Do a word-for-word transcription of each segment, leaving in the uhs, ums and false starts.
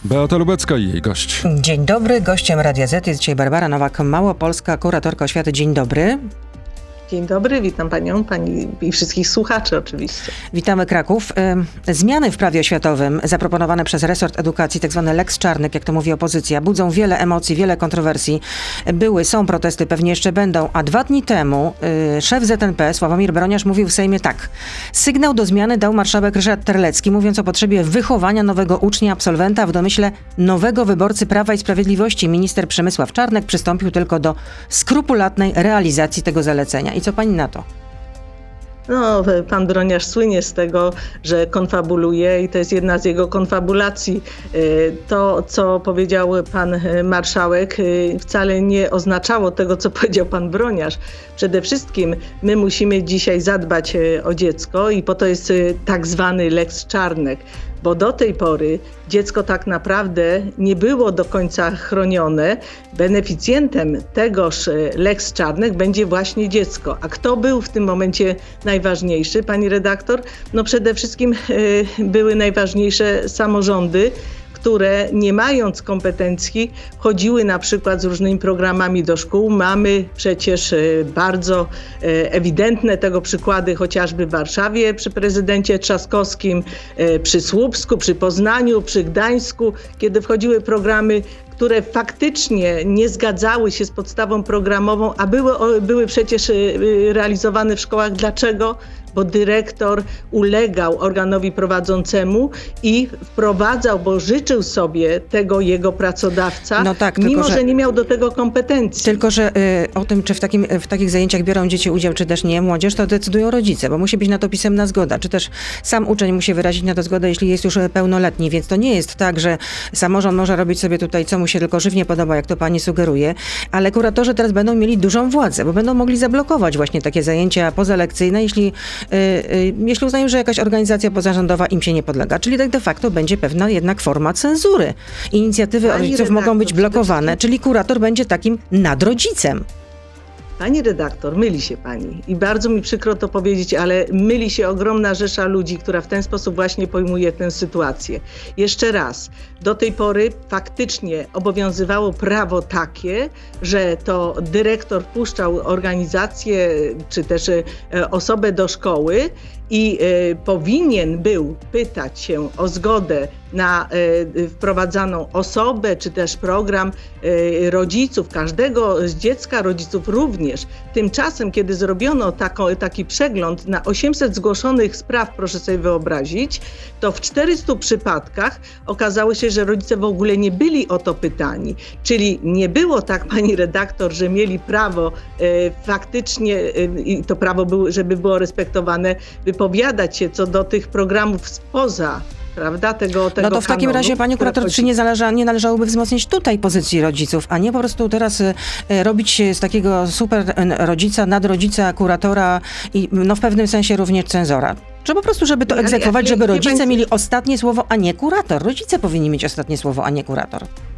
Beata Lubecka i jej gość. Dzień dobry, gościem Radia Z jest dzisiaj Barbara Nowak-Małopolska, kuratorka oświaty. Dzień dobry. Dzień dobry, witam panią, pani i wszystkich słuchaczy oczywiście. Witamy Kraków. Zmiany w prawie oświatowym zaproponowane przez resort edukacji, tak zwany Lex Czarnek, jak to mówi opozycja, budzą wiele emocji, wiele kontrowersji. Były, są protesty, pewnie jeszcze będą, a dwa dni temu y, szef Z N P Sławomir Broniarz mówił w Sejmie tak. Sygnał do zmiany dał marszałek Ryszard Terlecki, mówiąc o potrzebie wychowania nowego ucznia, absolwenta w domyśle nowego wyborcy Prawa i Sprawiedliwości. Minister Przemysław Czarnek przystąpił tylko do skrupulatnej realizacji tego zalecenia. I co pani na to? No, pan Broniarz słynie z tego, że konfabuluje i to jest jedna z jego konfabulacji. To, co powiedział pan marszałek, wcale nie oznaczało tego, co powiedział pan Broniarz. Przede wszystkim my musimy dzisiaj zadbać o dziecko i po to jest tak zwany Lex Czarnek. Bo do tej pory dziecko tak naprawdę nie było do końca chronione. Beneficjentem tegoż Lex Czarnek będzie właśnie dziecko. A kto był w tym momencie najważniejszy, pani redaktor? No przede wszystkim y, były najważniejsze samorządy, które nie mając kompetencji chodziły na przykład z różnymi programami do szkół. Mamy przecież bardzo ewidentne tego przykłady chociażby w Warszawie przy prezydencie Trzaskowskim, przy Słupsku, przy Poznaniu, przy Gdańsku, kiedy wchodziły programy, które faktycznie nie zgadzały się z podstawą programową, a były, były przecież realizowane w szkołach. Dlaczego? Bo dyrektor ulegał organowi prowadzącemu i wprowadzał, bo życzył sobie tego jego pracodawca, no tak, mimo tylko, że, że nie miał do tego kompetencji. Tylko, że y, o tym, czy w, takim, w takich zajęciach biorą dzieci udział, czy też nie, młodzież, to decydują rodzice, bo musi być na to pisemna zgoda, czy też sam uczeń musi wyrazić na to zgodę, jeśli jest już pełnoletni, więc to nie jest tak, że samorząd może robić sobie tutaj, co mu się tylko żywnie podoba, jak to pani sugeruje, ale kuratorzy teraz będą mieli dużą władzę, bo będą mogli zablokować właśnie takie zajęcia pozalekcyjne, jeśli jeśli uznają, że jakaś organizacja pozarządowa im się nie podlega. Czyli tak de facto będzie pewna jednak forma cenzury. Inicjatywy Pani rodziców redaktor, mogą być blokowane, czyli kurator będzie takim nadrodzicem. Pani redaktor, myli się pani i bardzo mi przykro to powiedzieć, ale myli się ogromna rzesza ludzi, która w ten sposób właśnie pojmuje tę sytuację. Jeszcze raz, do tej pory faktycznie obowiązywało prawo takie, że to dyrektor wpuszczał organizację czy też osobę do szkoły i y, powinien był pytać się o zgodę na y, wprowadzaną osobę, czy też program y, rodziców, każdego z dziecka, rodziców również. Tymczasem, kiedy zrobiono taką, taki przegląd na osiemset zgłoszonych spraw, proszę sobie wyobrazić, to w czterystu przypadkach okazało się, że rodzice w ogóle nie byli o to pytani. Czyli nie było tak, pani redaktor, że mieli prawo y, faktycznie, i y, to prawo, było, żeby było respektowane, wypowiadać się co do tych programów spoza, prawda, tego, tego No to w takim kanonu, razie, pani kurator, czy nie, zależa, nie należałoby wzmocnić tutaj pozycji rodziców, a nie po prostu teraz y, robić z takiego super rodzica, nadrodzica, kuratora i no w pewnym sensie również cenzora? Czy po prostu, żeby to egzekwować, żeby rodzice mieli ostatnie słowo, a nie kurator? Rodzice powinni mieć ostatnie słowo, a nie kurator.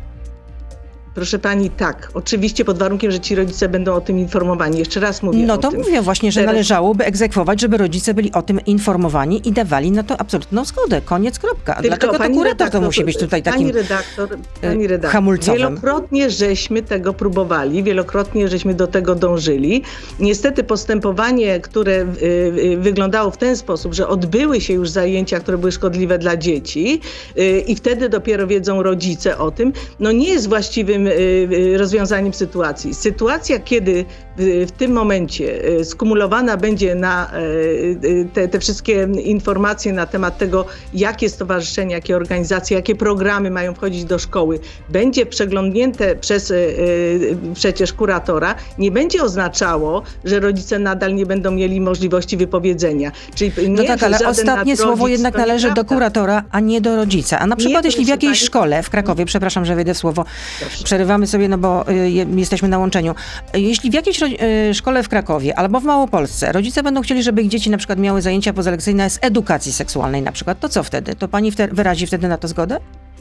Proszę pani, tak. Oczywiście pod warunkiem, że ci rodzice będą o tym informowani. Jeszcze raz mówię No o to tym. mówię właśnie, że Teraz... należałoby egzekwować, żeby rodzice byli o tym informowani i dawali na to absolutną zgodę. Koniec, kropka. A Tylko dlatego to kurator redaktor, to musi być tutaj takim pani redaktor, pani redaktor, hamulcowym. Wielokrotnie żeśmy tego próbowali, wielokrotnie żeśmy do tego dążyli. Niestety postępowanie, które y, y, wyglądało w ten sposób, że odbyły się już zajęcia, które były szkodliwe dla dzieci y, i wtedy dopiero wiedzą rodzice o tym, no nie jest właściwym y, y, rozwiązaniem sytuacji. Sytuacja, kiedy w, w tym momencie y, skumulowana będzie na y, te, te wszystkie informacje na temat tego, jakie stowarzyszenia, jakie organizacje, jakie programy mają wchodzić do szkoły, będzie przeglądnięte przez y, y, przecież kuratora, nie będzie oznaczało, że rodzice nadal nie będą mieli możliwości wypowiedzenia. Czyli nie, no tak, ale ostatnie słowo jednak należy prawda. do kuratora, a nie do rodzica. A na przykład Nie, jeśli w jakiejś pani... szkole w Krakowie, przepraszam, że wejdę w słowo, Proszę. przerywamy sobie, no bo y, jesteśmy na łączeniu. Jeśli w jakiejś y, szkole w Krakowie albo w Małopolsce rodzice będą chcieli, żeby ich dzieci na przykład miały zajęcia pozalekcyjne z edukacji seksualnej na przykład, to co wtedy? To pani wte- wyrazi wtedy na to zgodę?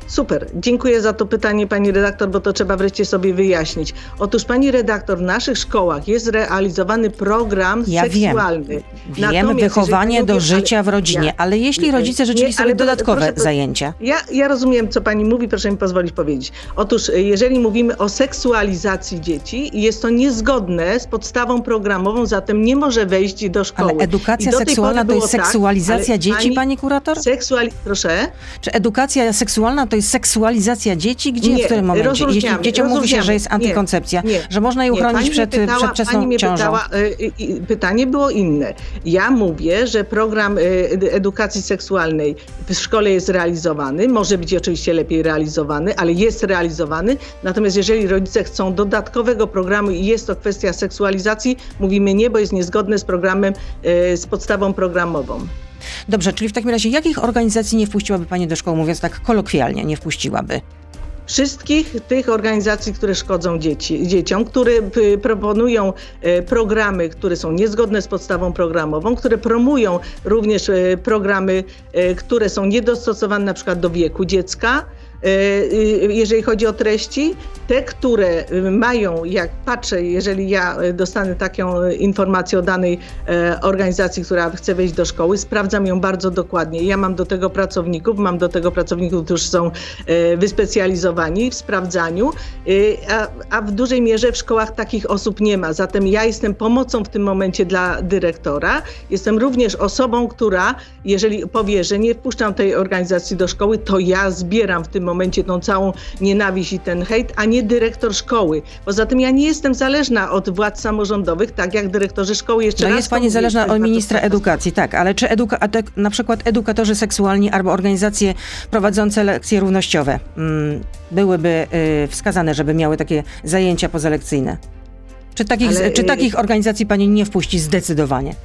Super, dziękuję za to pytanie, pani redaktor, bo to trzeba wreszcie sobie wyjaśnić. Otóż, pani redaktor, w naszych szkołach jest realizowany program ja seksualny. Wiem, wiem wychowanie mówię, do życia ale, w rodzinie, ja, ale jeśli rodzice życzyli nie, sobie dodatkowe proszę, zajęcia? Ja, ja rozumiem, co pani mówi, proszę mi pozwolić powiedzieć. Otóż, jeżeli mówimy o seksualizacji dzieci, jest to niezgodne z podstawą programową, zatem nie może wejść do szkoły. Ale edukacja seksualna to jest seksualizacja tak, dzieci, pani, pani kurator? Seksuali... Proszę? Czy edukacja seksualna to jest seksualizacja dzieci? Gdzie, nie, w którym momencie? Jeśli dzieciom mówi się, że jest antykoncepcja, nie, nie, że można je uchronić przed pytała, przedwczesną pani mnie ciążą. Pytała, y, y, pytanie było inne. Ja mówię, że program y, edukacji seksualnej w szkole jest realizowany, może być oczywiście lepiej realizowany, ale jest realizowany. Natomiast jeżeli rodzice chcą dodatkowego programu i jest to kwestia seksualizacji, mówimy nie, bo jest niezgodne z programem, y, z podstawą programową. Dobrze, czyli w takim razie jakich organizacji nie wpuściłaby pani do szkoły, mówiąc tak kolokwialnie, nie wpuściłaby? Wszystkich tych organizacji, które szkodzą dzieci, dzieciom, które p- proponują e, programy, które są niezgodne z podstawą programową, które promują również e, programy, e, które są niedostosowane na przykład do wieku dziecka, e, jeżeli chodzi o treści. Te, które mają, jak patrzę, jeżeli ja dostanę taką informację o danej e, organizacji, która chce wejść do szkoły, sprawdzam ją bardzo dokładnie. Ja mam do tego pracowników, mam do tego pracowników, którzy są e, wyspecjalizowani w sprawdzaniu, e, a, a w dużej mierze w szkołach takich osób nie ma. Zatem ja jestem pomocą w tym momencie dla dyrektora. Jestem również osobą, która, jeżeli powie, że nie wpuszczam tej organizacji do szkoły, to ja zbieram w tym momencie tą całą nienawiść i ten hejt, a nie dyrektor szkoły. Poza tym ja nie jestem zależna od władz samorządowych, tak jak dyrektorzy szkoły. Jeszcze no raz jest pani zależna od ministra edukacji, tak, ale czy eduka- na przykład edukatorzy seksualni albo organizacje prowadzące lekcje równościowe hmm, byłyby y, wskazane, żeby miały takie zajęcia pozalekcyjne? Czy takich, ale, czy takich organizacji pani nie wpuści zdecydowanie?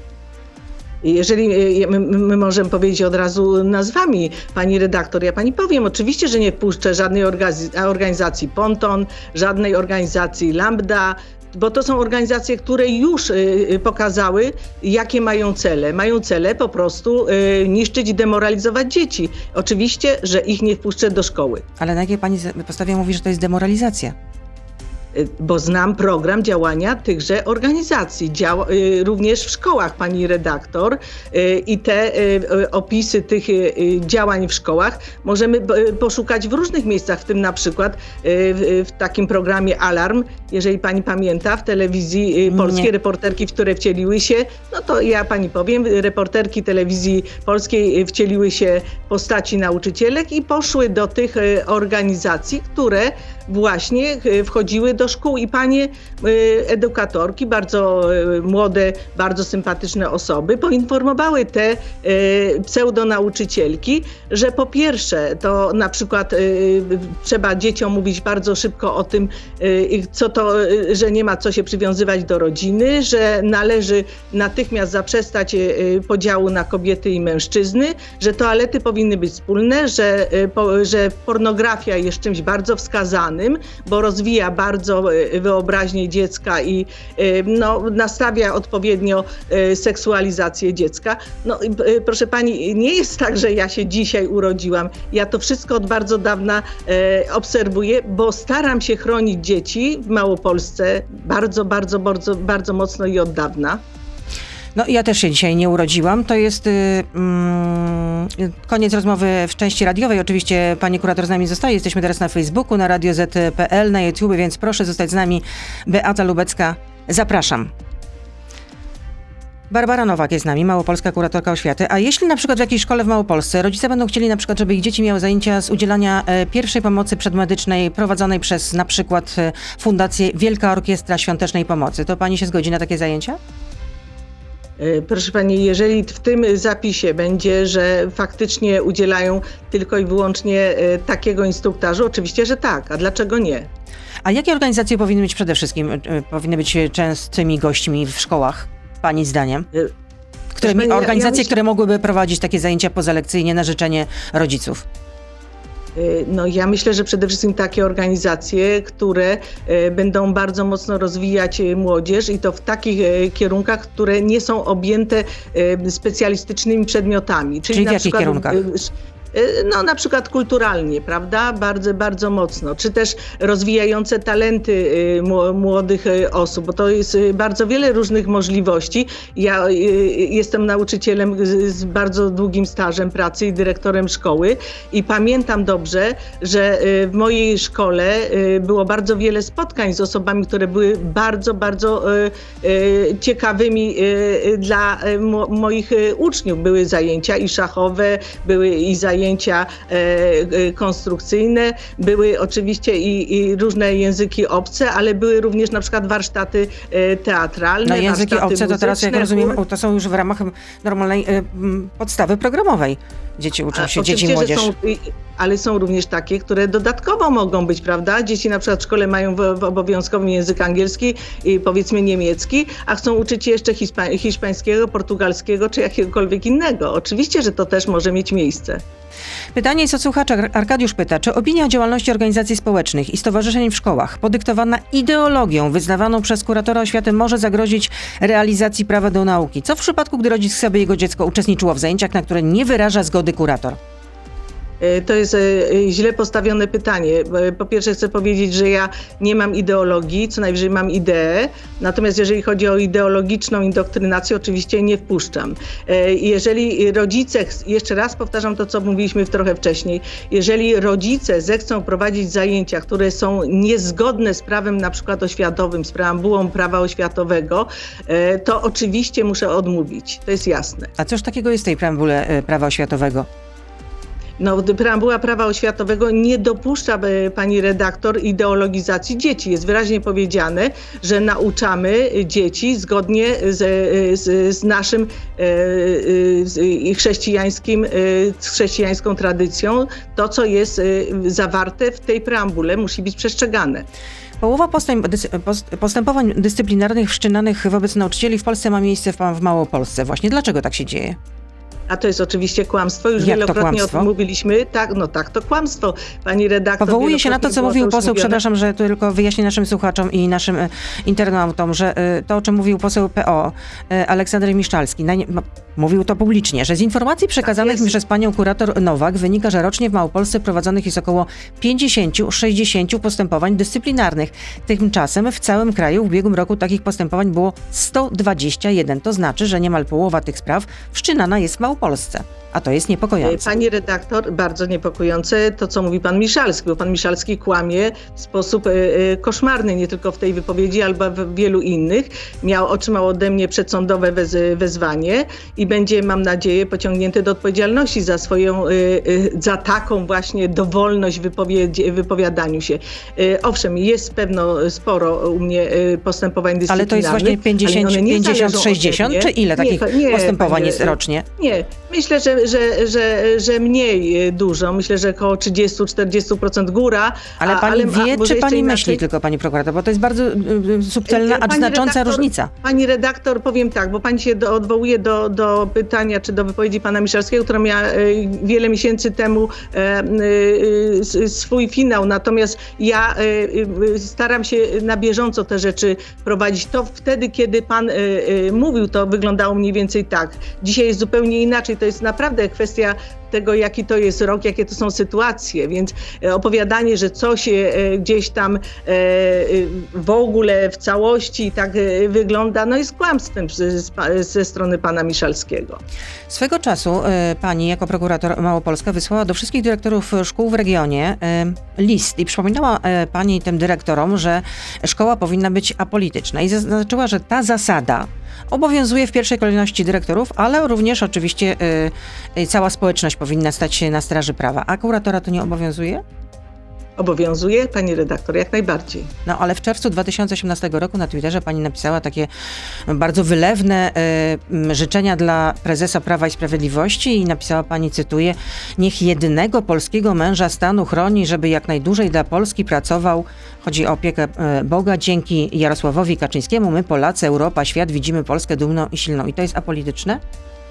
Jeżeli my, my możemy powiedzieć od razu nazwami, pani redaktor, ja pani powiem, oczywiście, że nie wpuszczę żadnej organizacji Ponton, żadnej organizacji Lambda, bo to są organizacje, które już y, pokazały, jakie mają cele. Mają cele po prostu y, niszczyć i demoralizować dzieci. Oczywiście, że ich nie wpuszczę do szkoły. Ale na jakiej pani podstawie mówi, że to jest demoralizacja? Bo znam program działania tychże organizacji, działa, y, również w szkołach, pani redaktor, y, i te y, opisy tych y, działań w szkołach możemy y, poszukać w różnych miejscach, w tym na przykład y, w, w takim programie Alarm, jeżeli pani pamięta, w telewizji y, polskie Nie. reporterki, w które wcieliły się, no to ja pani powiem, reporterki telewizji polskiej wcieliły się w postaci nauczycielek i poszły do tych y, organizacji, które właśnie wchodziły do szkół i panie edukatorki, bardzo młode, bardzo sympatyczne osoby, poinformowały te pseudonauczycielki, że po pierwsze to na przykład trzeba dzieciom mówić bardzo szybko o tym, co to, że nie ma co się przywiązywać do rodziny, że należy natychmiast zaprzestać podziału na kobiety i mężczyzny, że toalety powinny być wspólne, że, że pornografia jest czymś bardzo wskazanym, bo rozwija bardzo wyobraźnię dziecka i no, nastawia odpowiednio seksualizację dziecka. No, proszę pani, nie jest tak, że ja się dzisiaj urodziłam. Ja to wszystko od bardzo dawna obserwuję, bo staram się chronić dzieci w Małopolsce bardzo, bardzo, bardzo, bardzo mocno i od dawna. No ja też się dzisiaj nie urodziłam. To jest y, mm, koniec rozmowy w części radiowej. Oczywiście pani kurator z nami zostaje. Jesteśmy teraz na Facebooku, na radio zet kropka pe el, na YouTube, więc proszę zostać z nami. Beata Lubecka, zapraszam. Barbara Nowak jest z nami, małopolska kuratorka oświaty. A jeśli na przykład w jakiejś szkole w Małopolsce rodzice będą chcieli na przykład, żeby ich dzieci miały zajęcia z udzielania e, pierwszej pomocy przedmedycznej prowadzonej przez na przykład e, Fundację Wielka Orkiestra Świątecznej Pomocy, to pani się zgodzi na takie zajęcia? Proszę pani, jeżeli w tym zapisie będzie, że faktycznie udzielają tylko i wyłącznie takiego instruktażu, oczywiście, że tak. A dlaczego nie? A jakie organizacje powinny być przede wszystkim, powinny być częstymi gośćmi w szkołach, pani zdaniem? Które, pani, organizacje, ja myślę, które mogłyby prowadzić takie zajęcia pozalekcyjnie na życzenie rodziców? No ja myślę, że przede wszystkim takie organizacje, które będą bardzo mocno rozwijać młodzież i to w takich kierunkach, które nie są objęte specjalistycznymi przedmiotami. Czyli, Czyli w jakich kierunkach? no na przykład kulturalnie, prawda, bardzo, bardzo mocno, czy też rozwijające talenty młodych osób, bo to jest bardzo wiele różnych możliwości. Ja jestem nauczycielem z bardzo długim stażem pracy i dyrektorem szkoły i pamiętam dobrze, że w mojej szkole było bardzo wiele spotkań z osobami, które były bardzo, bardzo ciekawymi dla moich uczniów. Były zajęcia i szachowe, były i zajęcia konstrukcyjne, były oczywiście i, i różne języki obce, ale były również na przykład warsztaty teatralne. No języki obce muzyczne. To teraz, jak rozumiem, to są już w ramach normalnej y, podstawy programowej. Dzieci uczą się, A, dzieci i młodzież. Są, ale są również takie, które dodatkowo mogą być, prawda? Dzieci na przykład w szkole mają w, w obowiązkowym język angielski i powiedzmy niemiecki, a chcą uczyć się jeszcze hiszpa- hiszpańskiego, portugalskiego czy jakiegokolwiek innego. Oczywiście, że to też może mieć miejsce. Pytanie jest od słuchacza. Arkadiusz pyta, czy opinia o działalności organizacji społecznych i stowarzyszeń w szkołach podyktowana ideologią wyznawaną przez kuratora oświaty może zagrozić realizacji prawa do nauki? Co w przypadku, gdy rodzic chce, aby jego dziecko uczestniczyło w zajęciach, na które nie wyraża zgody kurator? To jest źle postawione pytanie. Po pierwsze chcę powiedzieć, że ja nie mam ideologii, co najwyżej mam ideę, natomiast jeżeli chodzi o ideologiczną indoktrynację, oczywiście nie wpuszczam. Jeżeli rodzice, jeszcze raz powtarzam to, co mówiliśmy trochę wcześniej, jeżeli rodzice zechcą prowadzić zajęcia, które są niezgodne z prawem na przykład oświatowym, z preambułą prawa oświatowego, to oczywiście muszę odmówić. To jest jasne. A cóż takiego jest w tej preambule prawa oświatowego? No, preambuła prawa oświatowego nie dopuszcza, pani redaktor, ideologizacji dzieci. Jest wyraźnie powiedziane, że nauczamy dzieci zgodnie z, z, z naszym z chrześcijańskim, z chrześcijańską tradycją. To, co jest zawarte w tej preambule, musi być przestrzegane. Połowa postęp, postępowań dyscyplinarnych wszczynanych wobec nauczycieli w Polsce ma miejsce w, w Małopolsce. Właśnie dlaczego tak się dzieje? A to jest oczywiście kłamstwo. Już Jak wielokrotnie to o tym mówiliśmy. Tak, no tak, to kłamstwo. Pani redaktor... Powołuje się na to, co mówił to poseł, mówione. przepraszam, że to tylko wyjaśnię naszym słuchaczom i naszym e, internautom, że e, to, o czym mówił poseł P O, e, Aleksander Miszczalski, na nie, m, mówił to publicznie, że z informacji przekazanych tak mi przez panią kurator Nowak wynika, że rocznie w Małopolsce prowadzonych jest około pięćdziesiąt do sześćdziesięciu postępowań dyscyplinarnych. Tymczasem w całym kraju w ubiegłym roku takich postępowań było sto dwadzieścia jeden. To znaczy, że niemal połowa tych spraw wszczynana jest w Małopolsce. A to jest niepokojące. Pani redaktor, bardzo niepokojące to, co mówi pan Miszalski, bo pan Miszalski kłamie w sposób y, y, koszmarny, nie tylko w tej wypowiedzi, ale w wielu innych. Miał, otrzymał ode mnie przedsądowe wez, wezwanie i będzie, mam nadzieję, pociągnięty do odpowiedzialności za swoją, y, y, za taką właśnie dowolność wypowiedzi, wypowiadaniu się. Y, owszem, jest pewno sporo u mnie y, postępowań dyscyplinarnych. Ale to jest właśnie pięćdziesiąt, pięćdziesiąt sześćdziesiąt, czy ile takich nie, nie, postępowań jest rocznie? Nie, myślę, że Że, że, że mniej dużo. Myślę, że około trzydzieści do czterdziestu procent góra. Ale a, pani ale, wie, a, czy pani inaczej... myśli tylko, pani prokurator, bo to jest bardzo y, subtelna, a pani znacząca redaktor, różnica. Pani redaktor, powiem tak, bo pani się do, odwołuje do, do pytania, czy do wypowiedzi pana Miszalskiego, która miała y, wiele miesięcy temu y, y, swój finał. Natomiast ja y, y, staram się na bieżąco te rzeczy prowadzić. To wtedy, kiedy pan y, y, mówił, to wyglądało mniej więcej tak. Dzisiaj jest zupełnie inaczej. To jest naprawdę kwestia tego, jaki to jest rok, jakie to są sytuacje, więc opowiadanie, że coś gdzieś tam w ogóle w całości tak wygląda, no jest kłamstwem ze strony pana Miszalskiego. Swego czasu pani jako prokurator Małopolska wysłała do wszystkich dyrektorów szkół w regionie list i przypominała pani tym dyrektorom, że szkoła powinna być apolityczna i zaznaczyła, że ta zasada obowiązuje w pierwszej kolejności dyrektorów, ale również oczywiście y, y, cała społeczność powinna stać się na straży prawa. A kuratora to nie obowiązuje? Obowiązuje, pani redaktor, jak najbardziej. No ale w czerwcu dwa tysiące osiemnastego roku na Twitterze pani napisała takie bardzo wylewne y, życzenia dla prezesa Prawa i Sprawiedliwości i napisała pani, cytuję, niech jednego polskiego męża stanu chroni, żeby jak najdłużej dla Polski pracował. Chodzi o opiekę y, Boga. Dzięki Jarosławowi Kaczyńskiemu my, Polacy, Europa, świat widzimy Polskę dumną i silną. I to jest apolityczne?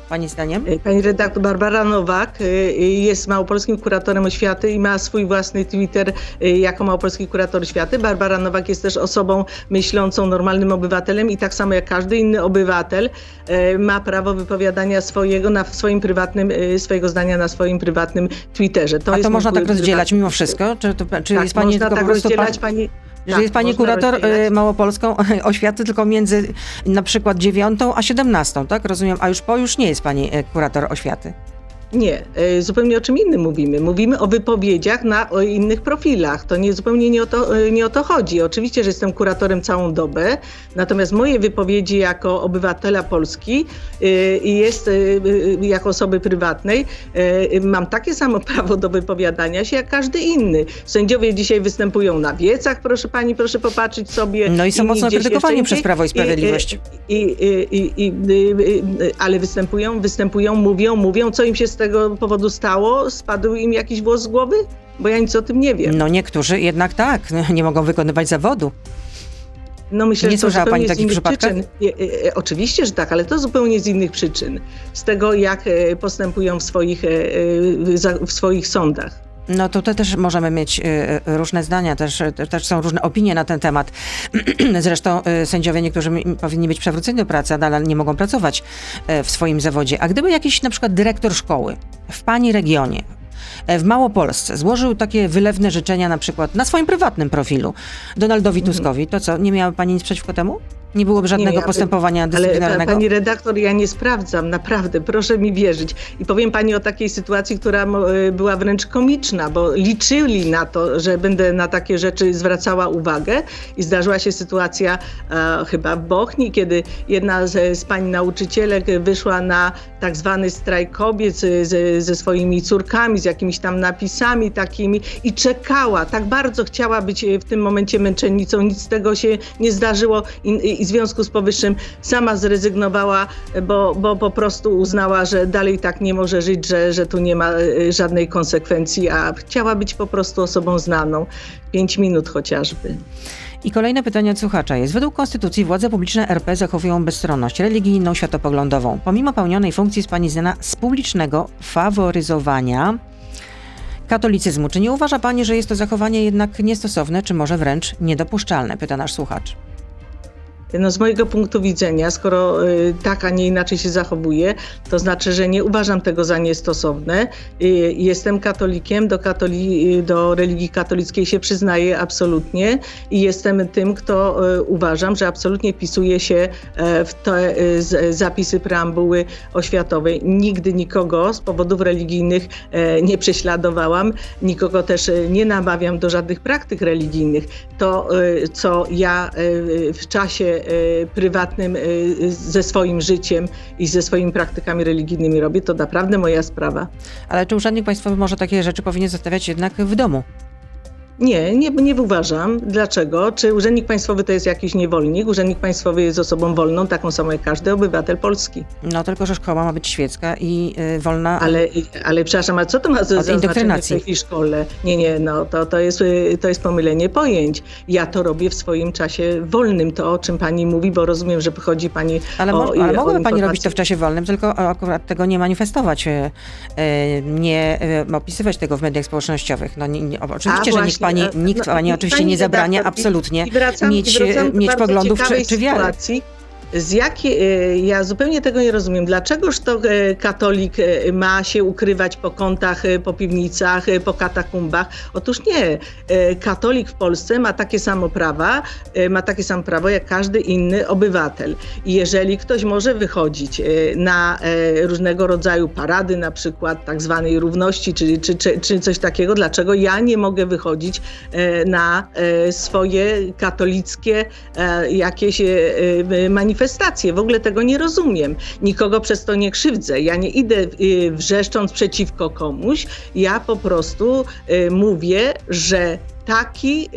pani zdaniem? Pani redaktor Barbara Nowak jest małopolskim kuratorem oświaty i ma swój własny Twitter jako małopolski kurator oświaty. Barbara Nowak jest też osobą myślącą, normalnym obywatelem i tak samo jak każdy inny obywatel ma prawo wypowiadania swojego na swoim prywatnym, swojego zdania na swoim prywatnym Twitterze. To A jest to można tak prywatny... rozdzielać mimo wszystko? Czy, to, czy tak, jest pani można tylko tak po prostu rozdzielać pan... pani... Że tak, jest pani kurator rozdzielać. Małopolską oświaty tylko między na przykład dziewiątą a siedemnastą, tak? Rozumiem, a już po już nie jest pani kurator oświaty. Nie, zupełnie o czym innym mówimy. Mówimy o wypowiedziach na o innych profilach. To nie, zupełnie nie o, to, nie o to chodzi. Oczywiście, że jestem kuratorem całą dobę, natomiast moje wypowiedzi jako obywatela Polski i jest jako osoby prywatnej mam takie samo prawo do wypowiadania się jak każdy inny. Sędziowie dzisiaj występują na wiecach, proszę pani, proszę popatrzeć sobie. No i są mocno krytykowani przez Prawo i Sprawiedliwość. I, i, i, i, i, ale występują, występują, mówią, mówią, co im się z tego powodu stało? Spadł im jakiś włos z głowy? Bo ja nic o tym nie wiem. No niektórzy jednak tak, nie mogą wykonywać zawodu. No myślę, nie że to słyszała pani z takich innych przypadkach? przyczyn. E, e, oczywiście, że tak, ale to zupełnie z innych przyczyn. Z tego, jak e, postępują w swoich, e, w swoich sądach. No tutaj też możemy mieć y, różne zdania, też, też są różne opinie na ten temat. Zresztą y, sędziowie niektórzy mi, powinni być przywróceni do pracy, a nadal nie mogą pracować y, w swoim zawodzie. A gdyby jakiś na przykład dyrektor szkoły w pani regionie, w Małopolsce złożył takie wylewne życzenia na przykład na swoim prywatnym profilu Donaldowi mhm. Tuskowi, to co, nie miała pani nic przeciwko temu? Nie byłoby żadnego nie, ja, postępowania dyscyplinarnego? Ale pani redaktor, ja nie sprawdzam, naprawdę, proszę mi wierzyć. I powiem pani o takiej sytuacji, która była wręcz komiczna, bo liczyli na to, że będę na takie rzeczy zwracała uwagę i zdarzyła się sytuacja e, chyba w Bochni, kiedy jedna z, z pani nauczycielek wyszła na tak zwany strajk kobiet ze, ze swoimi córkami, z jakimiś tam napisami takimi i czekała, tak bardzo chciała być w tym momencie męczennicą, nic z tego się nie zdarzyło i, i w związku z powyższym sama zrezygnowała, bo, bo po prostu uznała, że dalej tak nie może żyć, że, że tu nie ma żadnej konsekwencji, a chciała być po prostu osobą znaną. Pięć minut chociażby. I kolejne pytanie od słuchacza jest. Według Konstytucji władze publiczne R P zachowują bezstronność religijną, światopoglądową. Pomimo pełnionej funkcji jest pani znana z publicznego faworyzowania katolicyzmu. Czy nie uważa pani, że jest to zachowanie jednak niestosowne, czy może wręcz niedopuszczalne? Pyta nasz słuchacz. No z mojego punktu widzenia, skoro y, tak, a nie inaczej się zachowuje, to znaczy, że nie uważam tego za niestosowne. Y, jestem katolikiem, do, katoli- do religii katolickiej się przyznaję absolutnie i jestem tym, kto y, uważam, że absolutnie wpisuje się y, w te y, z, zapisy preambuły oświatowej. Nigdy nikogo z powodów religijnych y, nie prześladowałam, nikogo też y, nie namawiam do żadnych praktyk religijnych. To, y, co ja y, w czasie prywatnym ze swoim życiem i ze swoimi praktykami religijnymi robię, to naprawdę moja sprawa. Ale czy urzędnik państwowy może takie rzeczy powinien zostawiać jednak w domu? Nie, nie, nie uważam. Dlaczego? Czy urzędnik państwowy to jest jakiś niewolnik? Urzędnik państwowy jest osobą wolną, taką samą jak każdy obywatel Polski. No tylko, że szkoła ma być świecka i y, wolna... Ale, ale przepraszam, a co to ma za znaczenie w tej szkole? Nie, nie, no to, to, jest, to jest pomylenie pojęć. Ja to robię w swoim czasie wolnym, to o czym pani mówi, bo rozumiem, że chodzi pani ale o... Mo- ale mogłaby pani robić to w czasie wolnym, tylko akurat tego nie manifestować, y, y, nie y, opisywać tego w mediach społecznościowych. No, nie, nie, oczywiście, a, że nikt Pani, nikt no, pani oczywiście nie zabrania absolutnie i wracam, mieć, i wracam mieć poglądów czy, czy wiary. Sytuacji. Z jakiej, ja zupełnie tego nie rozumiem. Dlaczegoż to katolik ma się ukrywać po kątach, po piwnicach, po katakumbach? Otóż nie. Katolik w Polsce ma takie samo prawa, ma takie samo prawo jak każdy inny obywatel. I jeżeli ktoś może wychodzić na różnego rodzaju parady, na przykład tak zwanej równości, czy, czy, czy, czy coś takiego, dlaczego ja nie mogę wychodzić na swoje katolickie jakieś manifestacje? Manifestacje. W ogóle tego nie rozumiem. Nikogo przez to nie krzywdzę. Ja nie idę wrzeszcząc przeciwko komuś. Ja po prostu mówię, że taki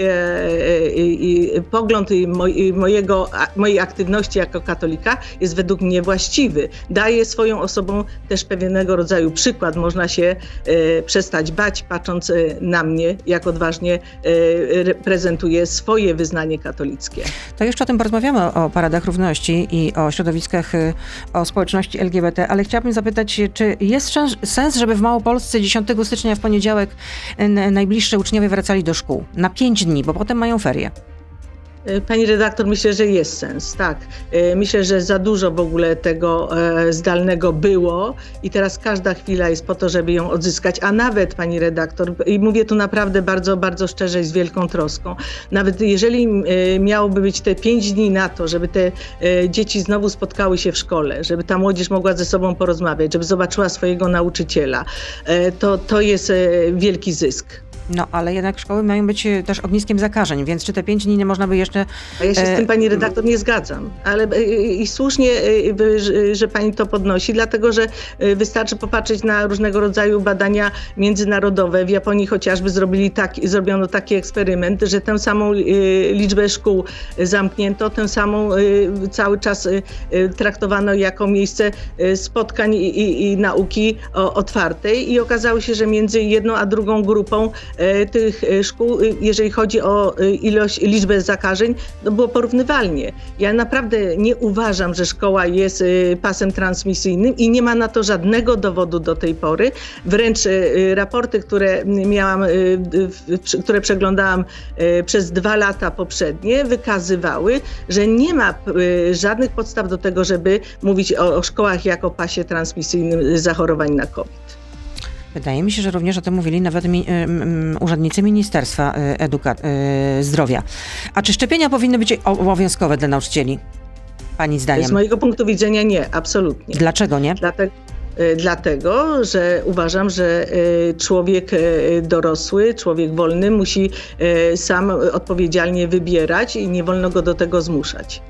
pogląd mojego, mojej aktywności jako katolika jest według mnie właściwy. Daje swoją osobą też pewnego rodzaju przykład. Można się przestać bać, patrząc na mnie, jak odważnie prezentuję swoje wyznanie katolickie. To jeszcze o tym porozmawiamy, o paradach równości i o środowiskach, o społeczności L G B T, ale chciałabym zapytać, czy jest sens, żeby w Małopolsce dziesiątego stycznia w poniedziałek najbliższe uczniowie wracali do szkół na pięć dni, bo potem mają ferie? Pani redaktor, myślę, że jest sens, tak. Myślę, że za dużo w ogóle tego zdalnego było i teraz każda chwila jest po to, żeby ją odzyskać, a nawet, pani redaktor, i mówię tu naprawdę bardzo, bardzo szczerze i z wielką troską, nawet jeżeli miałoby być te pięć dni na to, żeby te dzieci znowu spotkały się w szkole, żeby ta młodzież mogła ze sobą porozmawiać, żeby zobaczyła swojego nauczyciela, to, to jest wielki zysk. No, ale jednak szkoły mają być też ogniskiem zakażeń, więc czy te pięć dni nie można by jeszcze... A ja się z tym, pani redaktor, nie zgadzam. Ale i słusznie, że pani to podnosi, dlatego że wystarczy popatrzeć na różnego rodzaju badania międzynarodowe. W Japonii chociażby zrobili taki, zrobiono taki eksperyment, że tę samą liczbę szkół zamknięto, tę samą cały czas traktowano jako miejsce spotkań i, i, i nauki otwartej i okazało się, że między jedną a drugą grupą tych szkół, jeżeli chodzi o ilość, liczbę zakażeń, to było porównywalnie. Ja naprawdę nie uważam, że szkoła jest pasem transmisyjnym i nie ma na to żadnego dowodu do tej pory. Wręcz raporty, które miałam, które przeglądałam przez dwa lata poprzednie, wykazywały, że nie ma żadnych podstaw do tego, żeby mówić o, o szkołach jako pasie transmisyjnym zachorowań na COVID. Wydaje mi się, że również o tym mówili nawet mi, y, y, urzędnicy Ministerstwa Eduka- y, Zdrowia. A czy szczepienia powinny być obowiązkowe dla nauczycieli? Pani zdaniem? Z mojego punktu widzenia nie, absolutnie. Dlaczego nie? Dlatego, y, dlatego że uważam, że y, człowiek y, dorosły, człowiek wolny musi y, sam odpowiedzialnie wybierać i nie wolno go do tego zmuszać.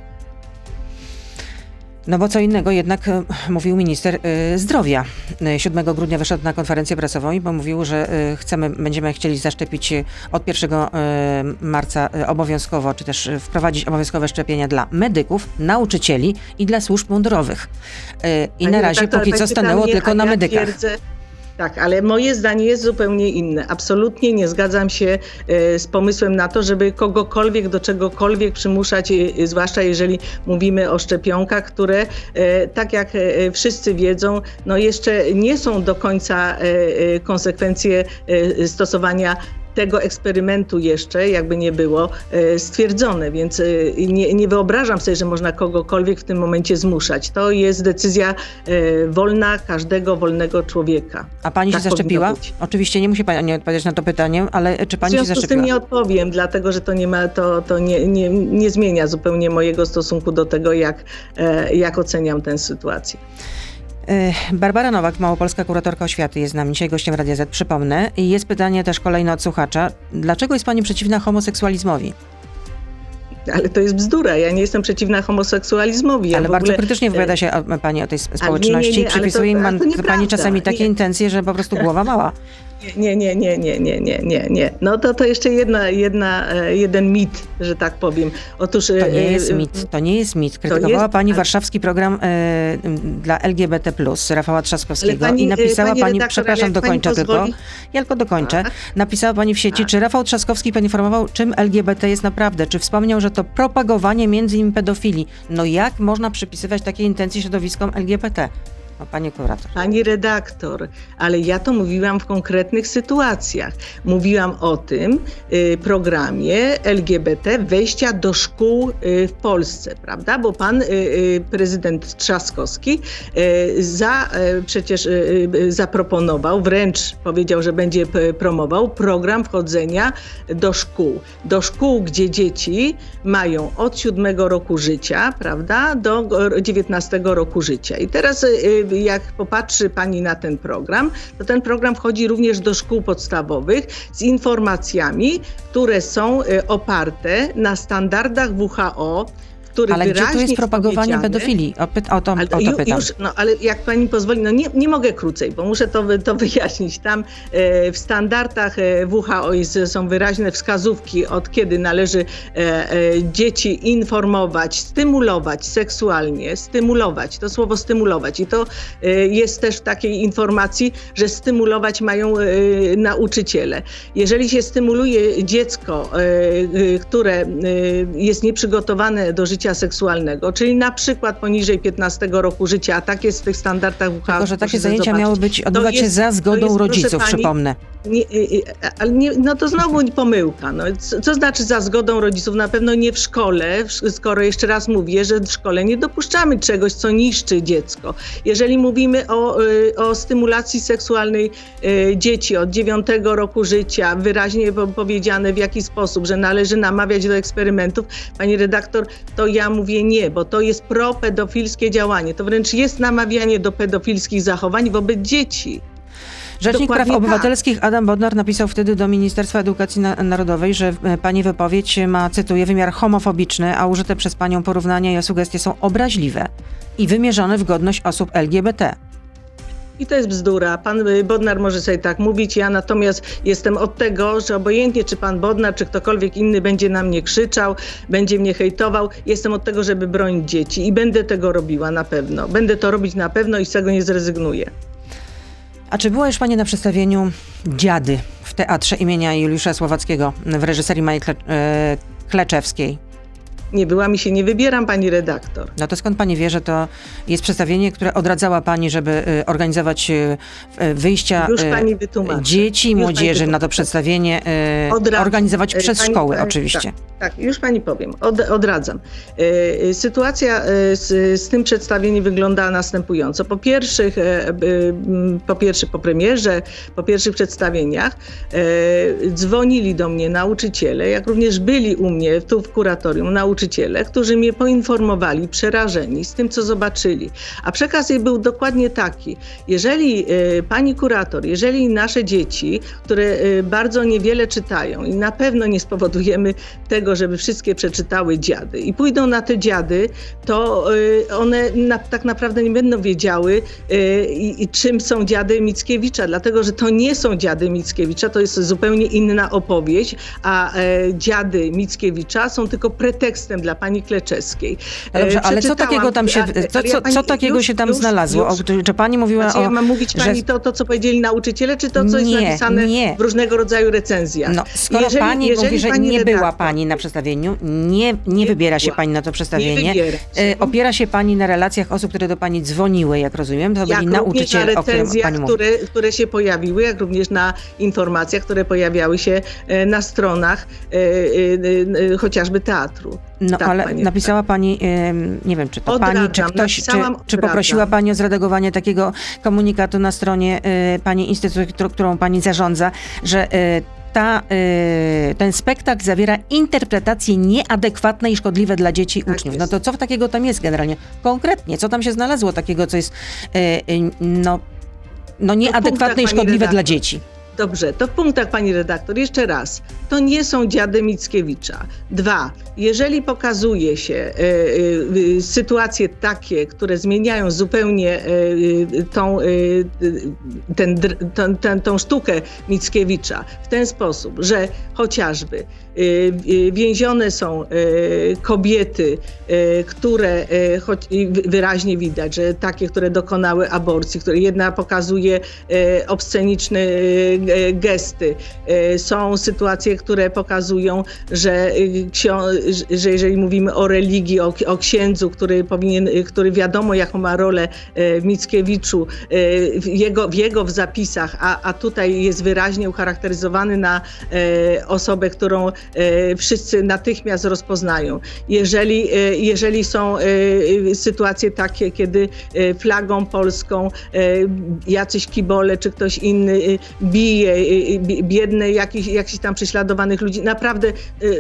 No bo co innego jednak e, mówił minister e, zdrowia. E, siódmego grudnia wyszedł na konferencję prasową i mówił, że e, chcemy, będziemy chcieli zaszczepić od pierwszego e, marca e, obowiązkowo, czy też wprowadzić obowiązkowe szczepienia dla medyków, nauczycieli i dla służb mundurowych. E, I na razie tak, póki co stanęło mnie, tylko na ja medykach. Twierdzę, Tak, ale moje zdanie jest zupełnie inne. Absolutnie nie zgadzam się e, z pomysłem na to, żeby kogokolwiek do czegokolwiek przymuszać, e, zwłaszcza jeżeli mówimy o szczepionkach, które, e, tak jak e, wszyscy wiedzą, no jeszcze nie są do końca e, e, konsekwencje e, stosowania tego eksperymentu jeszcze, jakby nie było, stwierdzone, więc nie, nie wyobrażam sobie, że można kogokolwiek w tym momencie zmuszać. To jest decyzja wolna każdego wolnego człowieka. A pani tak się zaszczepiła? Oczywiście nie musi pani odpowiedzieć na to pytanie, ale czy pani się zaszczepiła? W związku z tym nie odpowiem, dlatego że to nie ma, to, to nie, nie, nie zmienia zupełnie mojego stosunku do tego, jak, jak oceniam tę sytuację. Barbara Nowak, małopolska kuratorka oświaty, jest z nami dzisiaj gościem Radia Z, przypomnę. I jest pytanie też kolejne od słuchacza. Dlaczego jest pani przeciwna homoseksualizmowi? Ale to jest bzdura. Ja nie jestem przeciwna homoseksualizmowi. Ja ale bardzo ogóle... krytycznie wypowiada się o, pani o tej społeczności i przypisuje im pani czasami takie nie. intencje, że po prostu głowa mała. Nie, nie, nie, nie, nie, nie, nie, nie. No to, to jeszcze jedna, jedna, jeden mit, że tak powiem. Otóż... To nie jest mit, to nie jest mit. Krytykowała jest, pani ale... warszawski program e, dla L G B T plus, Rafała Trzaskowskiego pani, i napisała pani, pani przepraszam, dokończę tylko, ja tylko dokończę, A? napisała pani w sieci, A? czy Rafał Trzaskowski poinformował, czym L G B T jest naprawdę, czy wspomniał, że to propagowanie między innymi pedofilii. No jak można przypisywać takiej intencji środowiskom L G B T? No, pani kurator. Pani redaktor, ale ja to mówiłam w konkretnych sytuacjach. Mówiłam o tym y, programie L G B T wejścia do szkół y, w Polsce, prawda? Bo pan y, y, prezydent Trzaskowski y, za, y, przecież y, y, zaproponował, wręcz powiedział, że będzie p- promował program wchodzenia do szkół. Do szkół, gdzie dzieci mają od siódmego roku życia, prawda, do dziewiętnastego roku życia. I teraz y, jak popatrzy pani na ten program, to ten program wchodzi również do szkół podstawowych z informacjami, które są oparte na standardach W H O, który Ale wyraźnie gdzie tu jest propagowanie powiedziane, pedofilii? O, py- o to, ale, o to ju, pytam. już, no, ale jak pani pozwoli, no nie, nie mogę krócej, bo muszę to, to wyjaśnić. Tam e, w standardach e, W H O jest, są wyraźne wskazówki, od kiedy należy e, e, dzieci informować, stymulować seksualnie, stymulować, to słowo stymulować. I to e, jest też w takiej informacji, że stymulować mają e, nauczyciele. Jeżeli się stymuluje dziecko, e, e, które e, jest nieprzygotowane do życia seksualnego, czyli na przykład poniżej piętnastego roku życia, a tak jest w tych standardach W H O. Tylko, że takie proszę zajęcia zobaczyć. miały być, odbywać się jest- za to zgodą jest, proszę rodziców, pani, przypomnę. Nie, ale nie, no to znowu pomyłka. No, co, co znaczy za zgodą rodziców? Na pewno nie w szkole, w- skoro jeszcze raz mówię, że w szkole nie dopuszczamy czegoś, co niszczy dziecko. Jeżeli mówimy o, y, o stymulacji seksualnej y, dzieci od dziewiątego roku życia, wyraźnie po- powiedziane w jaki sposób, że należy namawiać do eksperymentów, pani redaktor, to ja mówię nie, bo to jest propedofilskie działanie. To wręcz jest namawianie do pedofilskich zachowań wobec dzieci. Rzecznik Praw Dokładnie tak. Obywatelskich Adam Bodnar napisał wtedy do Ministerstwa Edukacji Na- Narodowej, że e, pani wypowiedź ma, cytuję, wymiar homofobiczny, a użyte przez panią porównania i sugestie są obraźliwe i wymierzone w godność osób L G B T. I to jest bzdura. Pan y, Bodnar może sobie tak mówić, ja natomiast jestem od tego, że obojętnie czy pan Bodnar, czy ktokolwiek inny będzie na mnie krzyczał, będzie mnie hejtował, jestem od tego, żeby bronić dzieci i będę tego robiła na pewno. Będę to robić na pewno i z tego nie zrezygnuję. A czy była już pani na przedstawieniu Dziady w Teatrze imienia Juliusza Słowackiego w reżyserii Maji Kle- e, Kleczewskiej? Nie była, mi się nie wybieram, pani redaktor. No to skąd pani wie, że to jest przedstawienie, które odradzała pani, żeby e, organizować e, e, wyjścia Już e, pani wytłumaczy. dzieci i Już pani młodzieży na to wytłumaczy. przedstawienie, e, Odradzam. organizować E, przez pani- szkoły e, oczywiście. Tak, tak, już pani powiem. Od, odradzam. E, e, sytuacja e, z, z tym przedstawieniem wygląda następująco. Po pierwszych, e, e, m, po pierwsze po premierze, po pierwszych przedstawieniach e, dzwonili do mnie nauczyciele, jak również byli u mnie tu w kuratorium nauczyciele, którzy mnie poinformowali, przerażeni z tym, co zobaczyli. A przekaz jej był dokładnie taki. Jeżeli e, pani kurator, jeżeli nasze dzieci, które e, bardzo niewiele czytają i na pewno nie spowodujemy tego, żeby wszystkie przeczytały Dziady i pójdą na te Dziady, to y, one na, tak naprawdę nie będą wiedziały, y, i, czym są Dziady Mickiewicza, dlatego że to nie są Dziady Mickiewicza, to jest zupełnie inna opowieść, a e, Dziady Mickiewicza są tylko pretekstem dla pani Kleczewskiej. No dobrze, E, ale co przeczytałam- takiego tam się, ale- co, ale ja co, pani- co takiego już- się tam już- znalazło? już- O, czy pani mówiła Znaczy, o... ja mam mówić pani że- to, to, co powiedzieli nauczyciele, czy to, co jest Nie, napisane nie. w różnego rodzaju recenzjach? No, skoro Jeżeli- pani jeżeli mówi, że pani nie była redaktor- pani na przedstawieniu, nie, nie, Nie wybiera się była. pani na to przedstawienie, Nie wybiera się. e, opiera się pani na relacjach osób, które do pani dzwoniły, jak rozumiem, to Jak byli również na nauczyciele, o którym recenzjach, pani mówi. które, które się pojawiły, jak również na informacjach, które pojawiały się e, na stronach e, e, e, chociażby teatru. No Tak, ale pani napisała pani, ym, nie wiem, czy to Odradzam, pani, czy ktoś, czy, napisałam, czy poprosiła odradzam. pani o zredagowanie takiego komunikatu na stronie y, pani instytucji, którą, którą pani zarządza, że y, ta, y, ten spektakl zawiera interpretacje nieadekwatne i szkodliwe dla dzieci i Tak uczniów. jest. No to co takiego tam jest generalnie? Konkretnie, co tam się znalazło takiego, co jest y, y, no, no nieadekwatne punktach, i pani szkodliwe redaktor. dla dzieci? Dobrze, to w punktach, pani redaktor, jeszcze raz. To nie są Dziady Mickiewicza. Dwa, jeżeli pokazuje się e, e, sytuacje takie, które zmieniają zupełnie e, e, tą, e, ten, dr- tą, tą, tą sztukę Mickiewicza w ten sposób, że chociażby e, e, więzione są e, kobiety, e, które e, choć, i wyraźnie widać, że takie, które dokonały aborcji, które jedna pokazuje e, obsceniczne e, gesty. Są sytuacje, które pokazują, że, że jeżeli mówimy o religii, o, o księdzu, który powinien, który wiadomo jaką ma rolę w Mickiewiczu, w jego, w jego w zapisach, a, a tutaj jest wyraźnie ucharakteryzowany na osobę, którą wszyscy natychmiast rozpoznają. Jeżeli, jeżeli są sytuacje takie, kiedy flagą polską jacyś kibole czy ktoś inny bije biedne jakichś, jakichś tam prześladowanych ludzi. Naprawdę,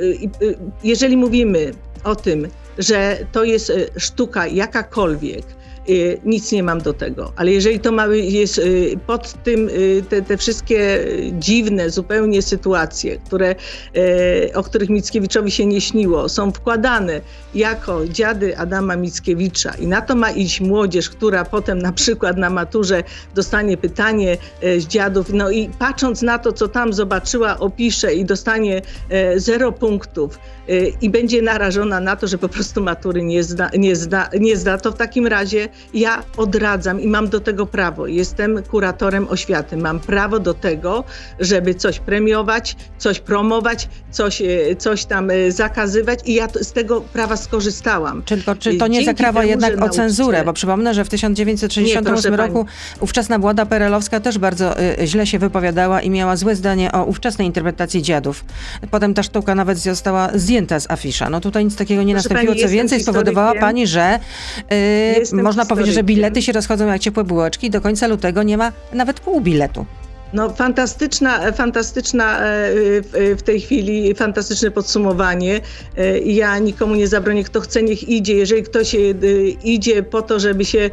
jeżeli mówimy o tym, że to jest sztuka jakakolwiek, nic nie mam do tego. Ale jeżeli to ma, jest pod tym te, te wszystkie dziwne zupełnie sytuacje, które, o których Mickiewiczowi się nie śniło, są wkładane jako dziady Adama Mickiewicza i na to ma iść młodzież, która potem na przykład na maturze dostanie pytanie z dziadów, no i patrząc na to, co tam zobaczyła, opisze i dostanie zero punktów i będzie narażona na to, że po prostu matury nie zda, nie zda, nie zda, to w takim razie ja odradzam i mam do tego prawo. Jestem kuratorem oświaty. Mam prawo do tego, żeby coś premiować, coś promować, coś, coś tam zakazywać i ja z tego prawa skorzystałam. Tylko czy to nie Dzięki zakrawa temu, jednak o cenzurę? Bo przypomnę, że w tysiąc dziewięćset sześćdziesiątym ósmym roku ówczesna władza perelowska też bardzo y, źle się wypowiadała i miała złe zdanie o ówczesnej interpretacji dziadów. Potem ta sztuka nawet została zdjęta z afisza. No tutaj nic takiego nie Proszę nastąpiło. Pani, Co więcej, spowodowała pani, że y, można powiedzieć, że bilety się rozchodzą jak ciepłe bułeczki. Do końca lutego nie ma nawet pół biletu. No fantastyczna, fantastyczna w tej chwili, fantastyczne podsumowanie. Ja nikomu nie zabronię, kto chce, niech idzie. Jeżeli ktoś idzie po to, żeby się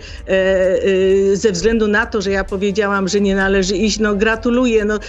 ze względu na to, że ja powiedziałam, że nie należy iść, no gratuluję. No,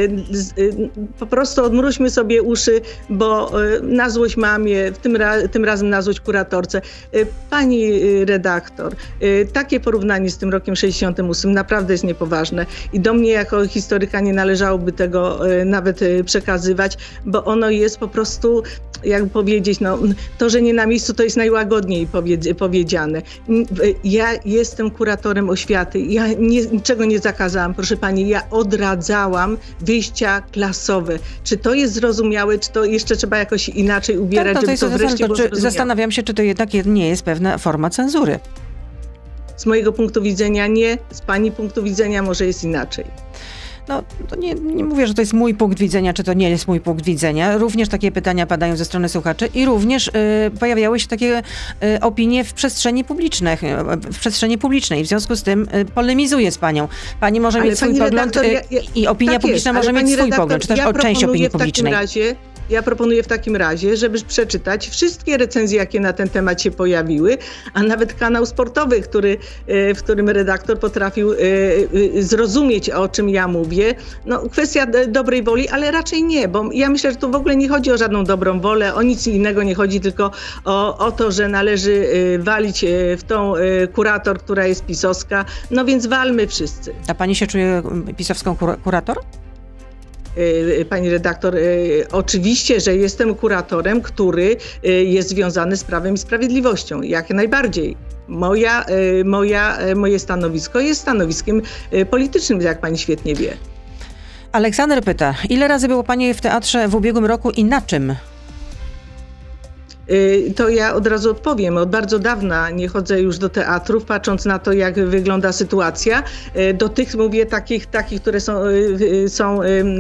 po prostu odmruźmy sobie uszy, bo na złość mamie, tym, ra, tym razem na złość kuratorce. Pani redaktor, takie porównanie z tym rokiem sześćdziesiątym ósmym naprawdę jest niepoważne i do mnie jako historyka nie należałoby tego y, nawet y, przekazywać, bo ono jest po prostu, jak powiedzieć, no, to, że nie na miejscu, to jest najłagodniej powiedz, powiedziane. Ja jestem kuratorem oświaty, ja nie, niczego nie zakazałam, proszę pani, ja odradzałam wyjścia klasowe. Czy to jest zrozumiałe, czy to jeszcze trzeba jakoś inaczej ubierać, tak, to żeby to, to wreszcie było zrozumiałe? Zastanawiam się, czy to jednak nie jest pewna forma cenzury. Z mojego punktu widzenia nie, z pani punktu widzenia może jest inaczej. No, to nie, nie mówię, że to jest mój punkt widzenia, czy to nie jest mój punkt widzenia. Również takie pytania padają ze strony słuchaczy i również y, pojawiały się takie y, opinie w przestrzeni publicznej, w przestrzeni publicznej. W związku z tym y, polemizuję z panią. Pani może ale mieć swój pogląd redaktor, ja, ja, i opinia tak publiczna jest, może mieć swój redaktor, pogląd, czy też ja o część opinii publicznej. Razie, Ja proponuję w takim razie, żeby przeczytać wszystkie recenzje, jakie na ten temat się pojawiły, a nawet kanał sportowy, który, w którym redaktor potrafił zrozumieć, o czym ja mówię. No, kwestia dobrej woli, ale raczej nie, bo ja myślę, że tu w ogóle nie chodzi o żadną dobrą wolę, o nic innego nie chodzi, tylko o, o to, że należy walić w tą kurator, która jest pisowska. No więc walmy wszyscy. A pani się czuje pisowską kur- kurator? Pani redaktor, oczywiście, że jestem kuratorem, który jest związany z Prawem i Sprawiedliwością, jak najbardziej. Moja, moja, moje stanowisko jest stanowiskiem politycznym, jak pani świetnie wie. Aleksander pyta, ile razy było pani w teatrze w ubiegłym roku i na czym? To ja od razu odpowiem. Od bardzo dawna nie chodzę już do teatrów, patrząc na to, jak wygląda sytuacja. Do tych mówię takich, takich które są, są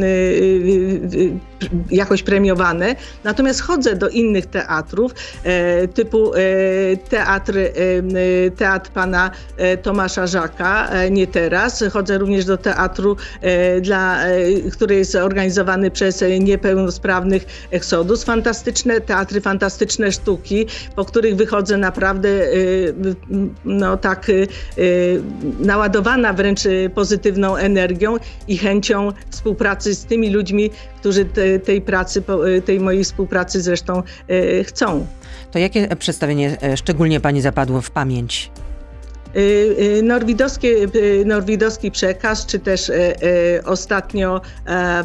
jakoś premiowane. Natomiast chodzę do innych teatrów, typu teatr, teatr pana Tomasza Żaka, nie teraz. Chodzę również do teatru, dla, który jest organizowany przez niepełnosprawnych Exodus. Fantastyczne teatry, fantastyczne sztuki, po których wychodzę naprawdę no tak naładowana wręcz pozytywną energią i chęcią współpracy z tymi ludźmi, którzy te, tej pracy, tej mojej współpracy zresztą chcą. To jakie przedstawienie szczególnie pani zapadło w pamięć? Norwidowskie, norwidowski przekaz, czy też e, e, ostatnio e,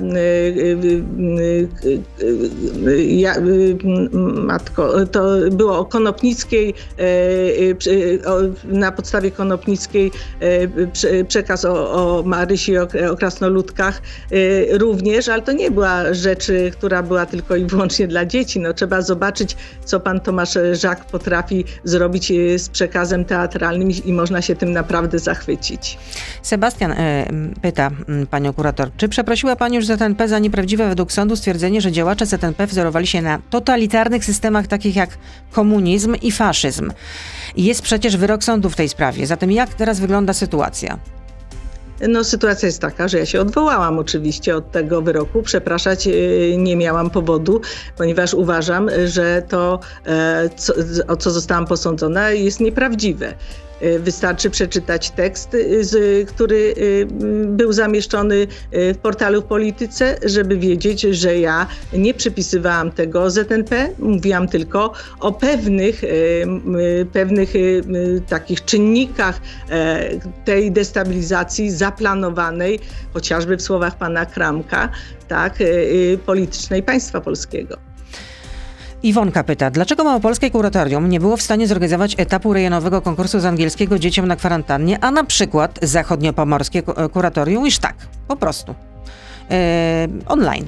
e, ja, matko, to było o Konopnickiej, e, o, na podstawie Konopnickiej e, przekaz o, o Marysi, o, o krasnoludkach e, również, ale to nie była rzecz, która była tylko i wyłącznie dla dzieci. No, trzeba zobaczyć, co pan Tomasz Żak potrafi zrobić z przekazem teatralnym i można się tym naprawdę zachwycić. Sebastian y, pyta y, panią kurator, czy przeprosiła pani już Z N P za nieprawdziwe według sądu stwierdzenie, że działacze Z N P wzorowali się na totalitarnych systemach takich jak komunizm i faszyzm? Jest przecież wyrok sądu w tej sprawie. Zatem jak teraz wygląda sytuacja? No, sytuacja jest taka, że ja się odwołałam oczywiście od tego wyroku. Przepraszać nie miałam powodu, ponieważ uważam, że to, co, o co zostałam posądzona, jest nieprawdziwe. Wystarczy przeczytać tekst, z, który był zamieszczony w portalu w Polityce, żeby wiedzieć, że ja nie przypisywałam tego Z N P, mówiłam tylko o pewnych, pewnych takich czynnikach tej destabilizacji zaplanowanej, chociażby w słowach pana Kramka, tak, politycznej państwa polskiego. Iwonka pyta, dlaczego małopolskie kuratorium nie było w stanie zorganizować etapu rejonowego konkursu z angielskiego dzieciom na kwarantannie, a na przykład zachodniopomorskie kuratorium już tak, po prostu, yy, online.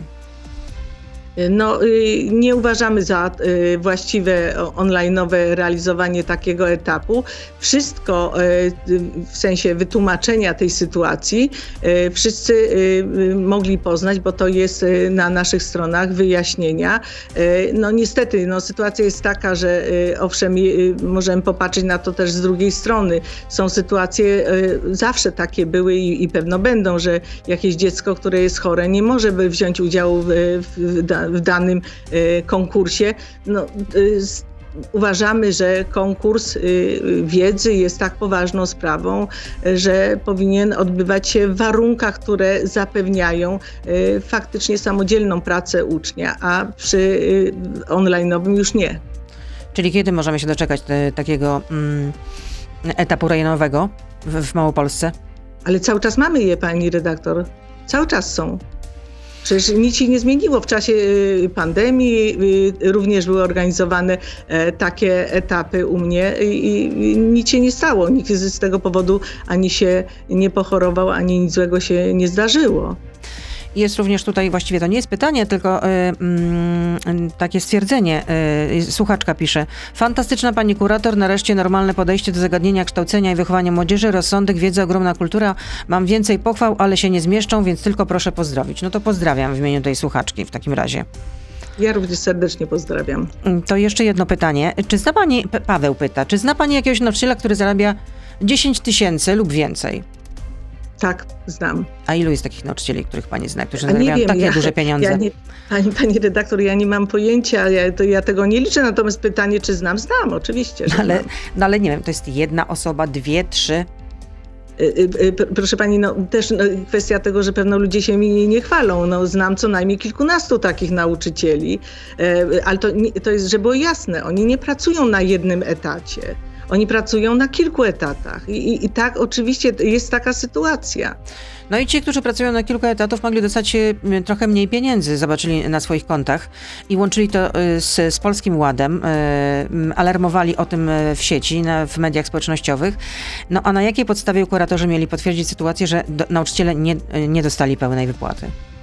No, nie uważamy za właściwe online'owe realizowanie takiego etapu. Wszystko w sensie wytłumaczenia tej sytuacji wszyscy mogli poznać, bo to jest na naszych stronach wyjaśnienia. No niestety, no, sytuacja jest taka, że owszem, możemy popatrzeć na to też z drugiej strony. Są sytuacje, zawsze takie były i, i pewno będą, że jakieś dziecko, które jest chore, nie może wziąć udziału w, w w danym y, konkursie. No, y, uważamy, że konkurs y, wiedzy jest tak poważną sprawą, y, że powinien odbywać się w warunkach, które zapewniają y, faktycznie samodzielną pracę ucznia, a przy y, online'owym już nie. Czyli kiedy możemy się doczekać te, takiego mm, etapu rejonowego w, w Małopolsce? Ale cały czas mamy je, pani redaktor. Cały czas są. Przecież nic się nie zmieniło. W czasie pandemii również były organizowane takie etapy u mnie i nic się nie stało. Nikt z tego powodu ani się nie pochorował, ani nic złego się nie zdarzyło. Jest również tutaj, właściwie to nie jest pytanie, tylko y, y, takie stwierdzenie. Y, słuchaczka pisze, fantastyczna pani kurator, nareszcie normalne podejście do zagadnienia kształcenia i wychowania młodzieży, rozsądek, wiedza, ogromna kultura. Mam więcej pochwał, ale się nie zmieszczą, więc tylko proszę pozdrowić. No to pozdrawiam w imieniu tej słuchaczki w takim razie. Ja również serdecznie pozdrawiam. To jeszcze jedno pytanie. Czy zna pani, Paweł pyta, czy zna pani jakiegoś nauczyciela, który zarabia dziesięć tysięcy lub więcej? Tak, znam. A ilu jest takich nauczycieli, których pani zna, którzy A zarabiają wiem, takie ja, duże pieniądze? Ja nie, pani, pani redaktor, ja nie mam pojęcia, ja, to, ja tego nie liczę, natomiast pytanie, czy znam? Znam, oczywiście, że ale, znam. No ale nie wiem, to jest jedna osoba, dwie, trzy? Proszę pani, no też no, kwestia tego, że pewno ludzie się mi nie chwalą. No, znam co najmniej kilkunastu takich nauczycieli, ale to, to jest, żeby było jasne, oni nie pracują na jednym etacie. Oni pracują na kilku etatach I, i, i tak oczywiście jest taka sytuacja. No i ci, którzy pracują na kilku etatów, mogli dostać trochę mniej pieniędzy, zobaczyli na swoich kontach i łączyli to z, z Polskim Ładem, alarmowali o tym w sieci, na, w mediach społecznościowych. No a na jakiej podstawie kuratorzy mieli potwierdzić sytuację, że do, nauczyciele nie, nie dostali pełnej wypłaty?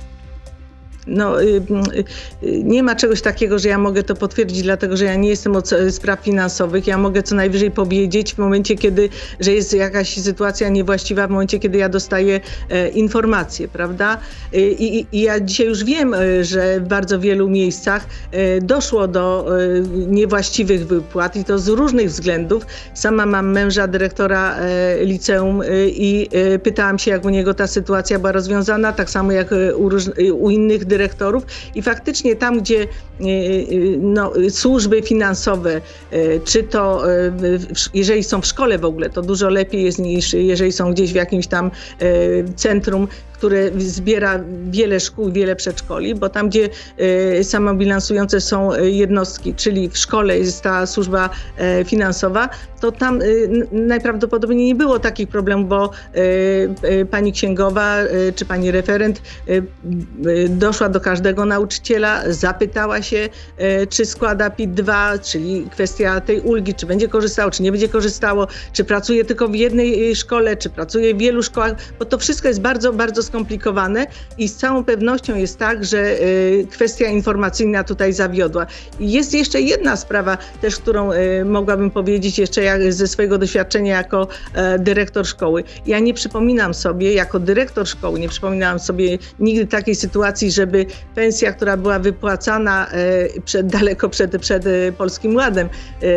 No, y, y, nie ma czegoś takiego, że ja mogę to potwierdzić, dlatego że ja nie jestem od spraw finansowych. Ja mogę co najwyżej powiedzieć w momencie, kiedy, że jest jakaś sytuacja niewłaściwa, w momencie, kiedy ja dostaję e, informacje, prawda? I, i, I ja dzisiaj już wiem, że w bardzo wielu miejscach e, doszło do e, niewłaściwych wypłat i to z różnych względów. Sama mam męża dyrektora e, liceum e, i e, pytałam się, jak u niego ta sytuacja była rozwiązana, tak samo jak u, róż, u innych dyrektorów. dyrektorów i faktycznie tam, gdzie no, służby finansowe, czy to jeżeli są w szkole w ogóle, to dużo lepiej jest niż jeżeli są gdzieś w jakimś tam centrum, które zbiera wiele szkół, wiele przedszkoli, bo tam, gdzie e, samobilansujące są jednostki, czyli w szkole jest ta służba e, finansowa, to tam e, najprawdopodobniej nie było takich problemów, bo e, e, pani księgowa e, czy pani referent e, e, doszła do każdego nauczyciela, zapytała się, e, czy składa P I T dwa, czyli kwestia tej ulgi, czy będzie korzystało, czy nie będzie korzystało, czy pracuje tylko w jednej szkole, czy pracuje w wielu szkołach, bo to wszystko jest bardzo, bardzo skomplikowane i z całą pewnością jest tak, że y, kwestia informacyjna tutaj zawiodła. I jest jeszcze jedna sprawa też, którą y, mogłabym powiedzieć jeszcze jak, ze swojego doświadczenia jako y, dyrektor szkoły. Ja nie przypominam sobie, jako dyrektor szkoły, nie przypominałam sobie nigdy takiej sytuacji, żeby żeby pensja, która była wypłacana przed, daleko przed, przed Polskim Ładem,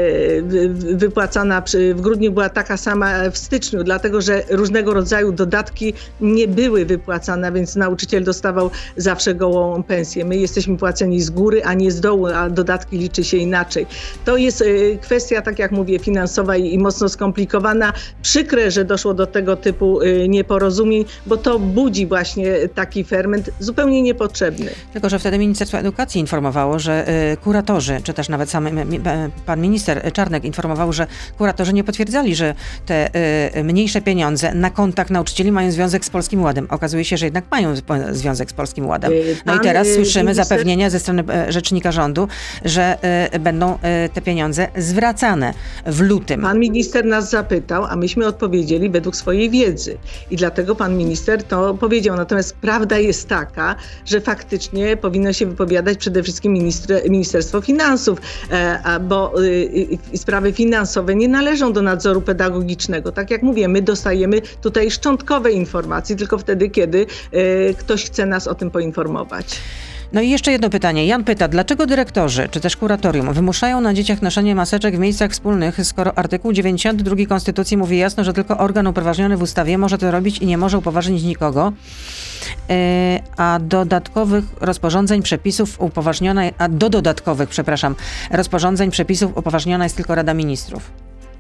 wypłacana w grudniu, była taka sama w styczniu, dlatego że różnego rodzaju dodatki nie były wypłacane, więc nauczyciel dostawał zawsze gołą pensję. My jesteśmy płaceni z góry, a nie z dołu, a dodatki liczy się inaczej. To jest kwestia, tak jak mówię, finansowa i, i mocno skomplikowana. Przykre, że doszło do tego typu nieporozumień, bo to budzi właśnie taki ferment zupełnie niepotrzebny. Tylko że wtedy Ministerstwo Edukacji informowało, że y, kuratorzy, czy też nawet sam y, y, pan minister Czarnek informował, że kuratorzy nie potwierdzali, że te y, mniejsze pieniądze na kontach nauczycieli mają związek z Polskim Ładem. Okazuje się, że jednak mają związek z Polskim Ładem. No pan, i teraz słyszymy minister... zapewnienia ze strony rzecznika rządu, że y, będą y, te pieniądze zwracane w lutym. Pan minister nas zapytał, a myśmy odpowiedzieli według swojej wiedzy. I dlatego pan minister to powiedział. Natomiast prawda jest taka, że faktycznie powinno się wypowiadać przede wszystkim minister, Ministerstwo Finansów, e, bo y, sprawy finansowe nie należą do nadzoru pedagogicznego. Tak jak mówię, my dostajemy tutaj szczątkowe informacje, tylko wtedy, kiedy y, ktoś chce nas o tym poinformować. No i jeszcze jedno pytanie. Jan pyta, dlaczego dyrektorzy, czy też kuratorium wymuszają na dzieciach noszenie maseczek w miejscach wspólnych, skoro artykuł dziewięćdziesiąty drugi Konstytucji mówi jasno, że tylko organ upoważniony w ustawie może to robić i nie może upoważnić nikogo, yy, a dodatkowych rozporządzeń, przepisów upoważniona, a do dodatkowych, przepraszam, rozporządzeń, przepisów upoważniona jest tylko Rada Ministrów.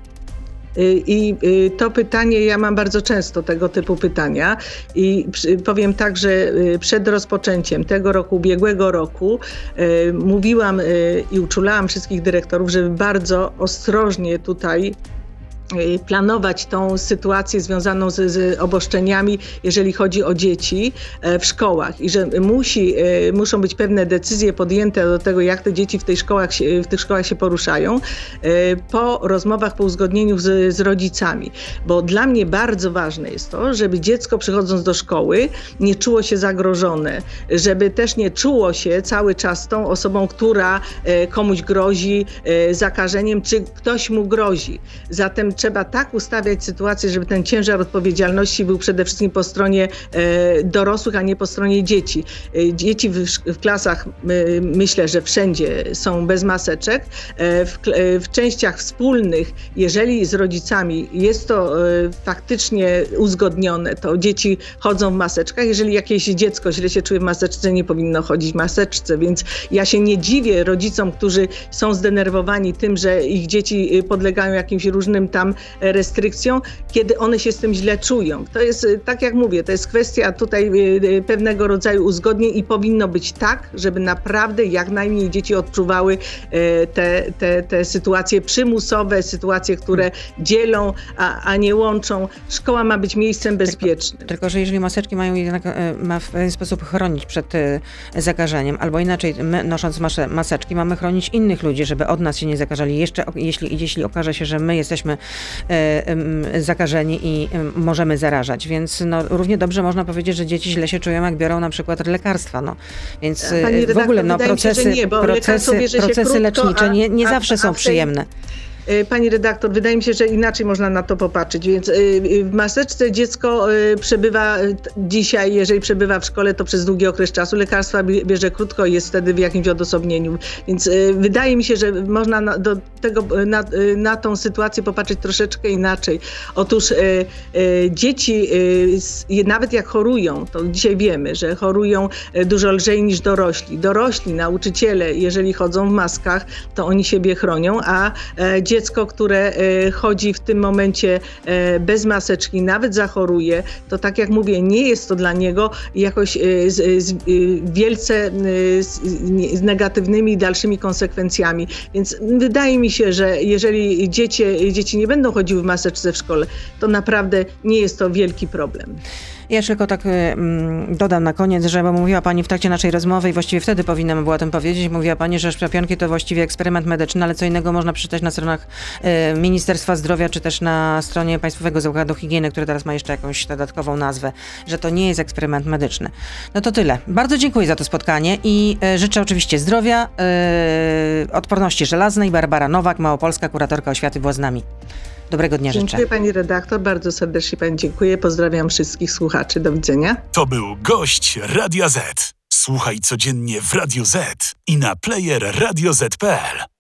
I to pytanie, ja mam bardzo często tego typu pytania i powiem tak, że przed rozpoczęciem tego roku, ubiegłego roku mówiłam i uczulałam wszystkich dyrektorów, żeby bardzo ostrożnie tutaj planować tą sytuację związaną z, z obostrzeniami, jeżeli chodzi o dzieci w szkołach i że musi, muszą być pewne decyzje podjęte do tego, jak te dzieci w, tej szkołach się, w tych szkołach się poruszają, po rozmowach, po uzgodnieniu z, z rodzicami. Bo dla mnie bardzo ważne jest to, żeby dziecko przychodząc do szkoły nie czuło się zagrożone, żeby też nie czuło się cały czas tą osobą, która komuś grozi zakażeniem, czy ktoś mu grozi. Zatem trzeba tak ustawiać sytuację, żeby ten ciężar odpowiedzialności był przede wszystkim po stronie e, dorosłych, a nie po stronie dzieci. E, dzieci w, w klasach e, myślę, że wszędzie są bez maseczek. E, w, e, w częściach wspólnych, jeżeli z rodzicami jest to e, faktycznie uzgodnione, to dzieci chodzą w maseczkach. Jeżeli jakieś dziecko źle się czuje w maseczce, nie powinno chodzić w maseczce, więc ja się nie dziwię rodzicom, którzy są zdenerwowani tym, że ich dzieci podlegają jakimś różnym tam restrykcjom, kiedy one się z tym źle czują. To jest, tak jak mówię, to jest kwestia tutaj pewnego rodzaju uzgodnień i powinno być tak, żeby naprawdę jak najmniej dzieci odczuwały te, te, te sytuacje przymusowe, sytuacje, które dzielą, a, a nie łączą. Szkoła ma być miejscem bezpiecznym. Tylko, tylko że jeżeli maseczki mają jednak ma w pewien sposób chronić przed zakażeniem, albo inaczej, my nosząc maseczki mamy chronić innych ludzi, żeby od nas się nie zakażali. Jeszcze jeśli, jeśli okaże się, że my jesteśmy zakażeni i możemy zarażać. Więc no, równie dobrze można powiedzieć, że dzieci źle się czują, jak biorą na przykład lekarstwa. No. Więc redaktor, w ogóle no, procesy, nie, procesy, procesy lecznicze a, nie, nie a, zawsze a, są a tej... przyjemne. Pani redaktor, wydaje mi się, że inaczej można na to popatrzeć, więc w maseczce dziecko przebywa dzisiaj, jeżeli przebywa w szkole, to przez długi okres czasu. Lekarstwa bierze krótko i jest wtedy w jakimś odosobnieniu. Więc wydaje mi się, że można na, do tego, na, na tą sytuację popatrzeć troszeczkę inaczej. Otóż e, e, dzieci, e, nawet jak chorują, to dzisiaj wiemy, że chorują dużo lżej niż dorośli. Dorośli, nauczyciele, jeżeli chodzą w maskach, to oni siebie chronią, a e, dzieci Dziecko, które chodzi w tym momencie bez maseczki, nawet zachoruje, to tak jak mówię, nie jest to dla niego jakoś z, z, wielce z, z negatywnymi dalszymi konsekwencjami. Więc wydaje mi się, że jeżeli dzieci, dzieci nie będą chodziły w maseczce w szkole, to naprawdę nie jest to wielki problem. Ja jeszcze tylko tak mm, dodam na koniec, że bo mówiła Pani w trakcie naszej rozmowy i właściwie wtedy powinnam była o tym powiedzieć, mówiła Pani, że szczepionki to właściwie eksperyment medyczny, ale co innego można przeczytać na stronach y, Ministerstwa Zdrowia, czy też na stronie Państwowego Zakładu Higieny, który teraz ma jeszcze jakąś dodatkową nazwę, że to nie jest eksperyment medyczny. No to tyle. Bardzo dziękuję za to spotkanie i y, życzę oczywiście zdrowia, y, odporności żelaznej. Barbara Nowak, małopolska kuratorka oświaty, była z nami. Dobrego dnia dziękuję, życzę. Dziękuję Pani redaktor, bardzo serdecznie Pani dziękuję. Pozdrawiam wszystkich słuchaczy. Do widzenia. To był gość Radia Z. Słuchaj codziennie w Radio Z i na player radio zet kropka pe el.